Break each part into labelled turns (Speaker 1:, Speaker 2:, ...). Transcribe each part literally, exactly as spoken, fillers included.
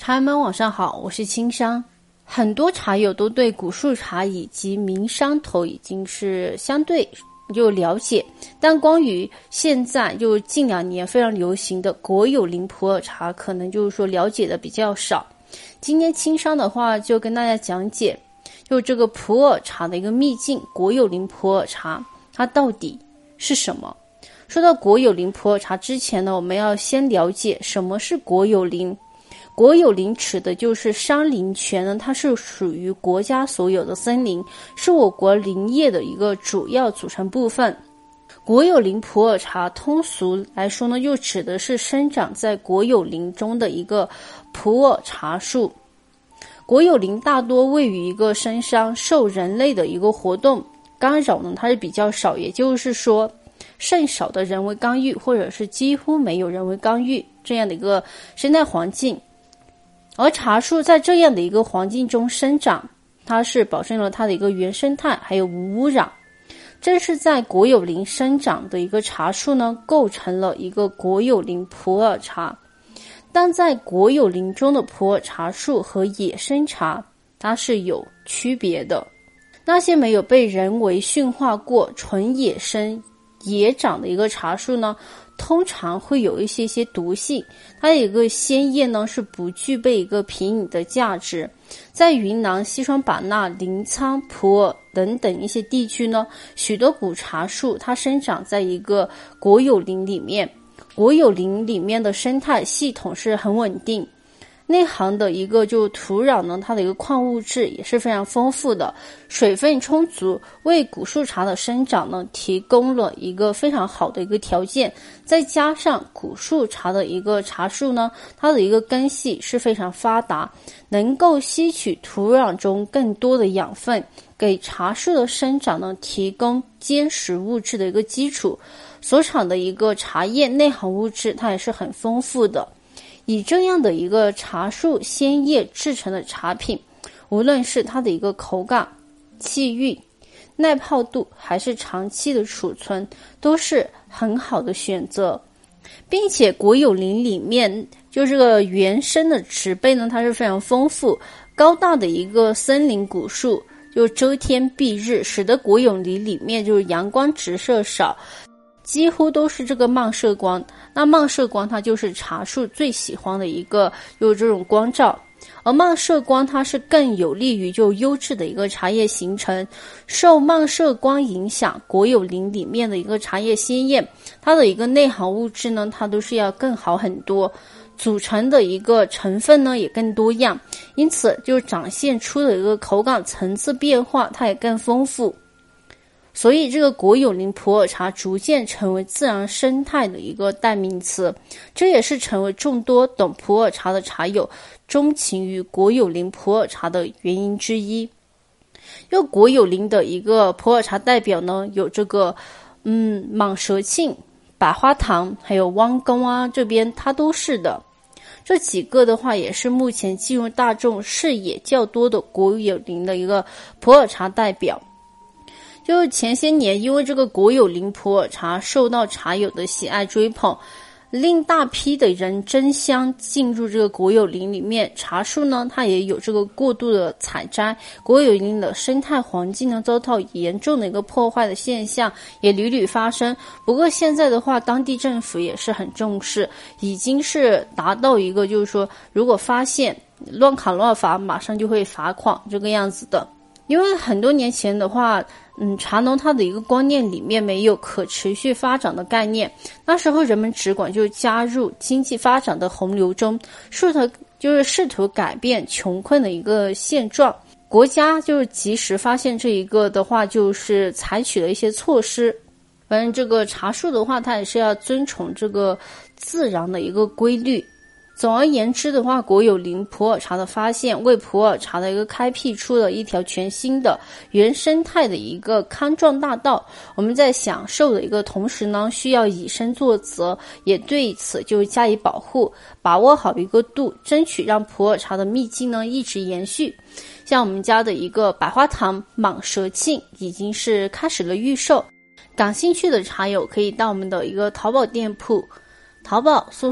Speaker 1: 茶友们晚上好，我是青商。很多茶友都对古树茶以及名山头已经是相对就了解，但关于现在就近两年非常流行的国有林普洱茶，可能就是说了解的比较少。今天青商的话就跟大家讲解就这个普洱茶的一个秘境，国有林普洱茶它到底是什么。说到国有林普洱茶之前呢，我们要先了解什么是国有林。国有林指的就是山林泉呢，它是属于国家所有的森林，是我国林业的一个主要组成部分。国有林普洱茶通俗来说呢，又指的是生长在国有林中的一个普洱茶树。国有林大多位于一个深山，受人类的一个活动干扰呢，它是比较少，也就是说甚少的人为干预，或者是几乎没有人为干预这样的一个生态环境。而茶树在这样的一个环境中生长，它是保证了它的一个原生态还有无污染。正是在国有林生长的一个茶树呢，构成了一个国有林普洱茶。但在国有林中的普洱茶树和野生茶它是有区别的。那些没有被人为驯化过纯野生野长的一个茶树呢，通常会有一些些毒性，它的一个鲜叶呢是不具备一个品饮的价值。在云南、西双版纳、临沧、普洱等等一些地区呢，许多古茶树它生长在一个国有林里面，国有林里面的生态系统是很稳定，内含的一个就土壤呢，它的一个矿物质也是非常丰富的，水分充足，为古树茶的生长呢提供了一个非常好的一个条件。再加上古树茶的一个茶树呢，它的一个根系是非常发达，能够吸取土壤中更多的养分，给茶树的生长呢提供坚实物质的一个基础。所产的一个茶叶内含物质它也是很丰富的。以这样的一个茶树鲜叶制成的茶品，无论是它的一个口感、气韵、耐泡度，还是长期的储存，都是很好的选择。并且国有林里面就这个原生的植被呢，它是非常丰富，高大的一个森林古树就遮天蔽日，使得国有林里面就是阳光直射少，几乎都是这个漫射光。那漫射光它就是茶树最喜欢的一个有这种光照，而漫射光它是更有利于就优质的一个茶叶形成。受漫射光影响，国有林里面的一个茶叶鲜艳，它的一个内含物质呢，它都是要更好很多，组成的一个成分呢也更多样，因此就展现出的一个口感层次变化它也更丰富。所以这个国有林普洱茶逐渐成为自然生态的一个代名词，这也是成为众多懂普洱茶的茶友钟情于国有林普洱茶的原因之一。又国有林的一个普洱茶代表呢，有这个嗯蟒蛇庆、百花堂还有汪公啊，这边它都是的。这几个的话也是目前进入大众视野较多的国有林的一个普洱茶代表。就前些年因为这个国有林普洱茶受到茶友的喜爱追捧，令大批的人争相进入这个国有林里面。茶树呢它也有这个过度的采摘，国有林的生态环境呢遭到严重的一个破坏的现象也屡屡发生。不过现在的话当地政府也是很重视，已经是达到一个就是说如果发现乱砍乱伐马上就会罚款这个样子的。因为很多年前的话嗯，茶农他的一个观念里面没有可持续发展的概念，那时候人们只管就加入经济发展的洪流中，试图就是试图改变穷困的一个现状。国家就是及时发现这一个的话，就是采取了一些措施。反正这个茶树的话，它也是要遵从这个自然的一个规律。总而言之的话，国有林普洱茶的发现为普洱茶的一个开辟出了一条全新的原生态的一个康庄大道。我们在享受的一个同时呢，需要以身作则，也对此就加以保护，把握好一个度，争取让普洱茶的秘境呢一直延续。像我们家的一个百花堂蟒蛇庆已经是开始了预售，感兴趣的茶友可以到我们的一个淘宝店铺，淘宝搜索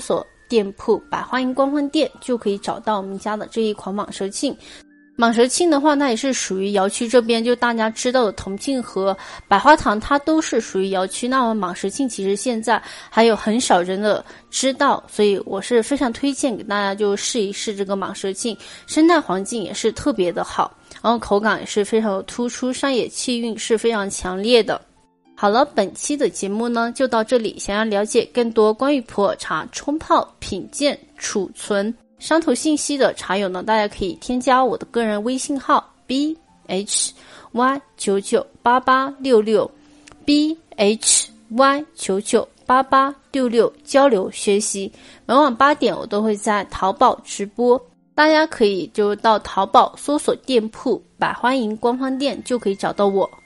Speaker 1: 店铺百花营官方店就可以找到我们家的这一款蟒蛇磬。蟒蛇磬的话，那也是属于瑶区这边，就大家知道的铜镜和百花糖，它都是属于瑶区。那么蟒蛇磬其实现在还有很少人的知道，所以我是非常推荐给大家就试一试这个蟒蛇磬。生态环境也是特别的好，然后口感也是非常的突出，山野气韵是非常强烈的。好了，本期的节目呢就到这里。想要了解更多关于普洱茶冲泡、品鉴、储存、商头信息的茶友呢，大家可以添加我的个人微信号 b h y 九九八八六六 b h y 九九八八六六交流学习。每晚八点我都会在淘宝直播，大家可以就到淘宝搜索店铺百花营官方店就可以找到我。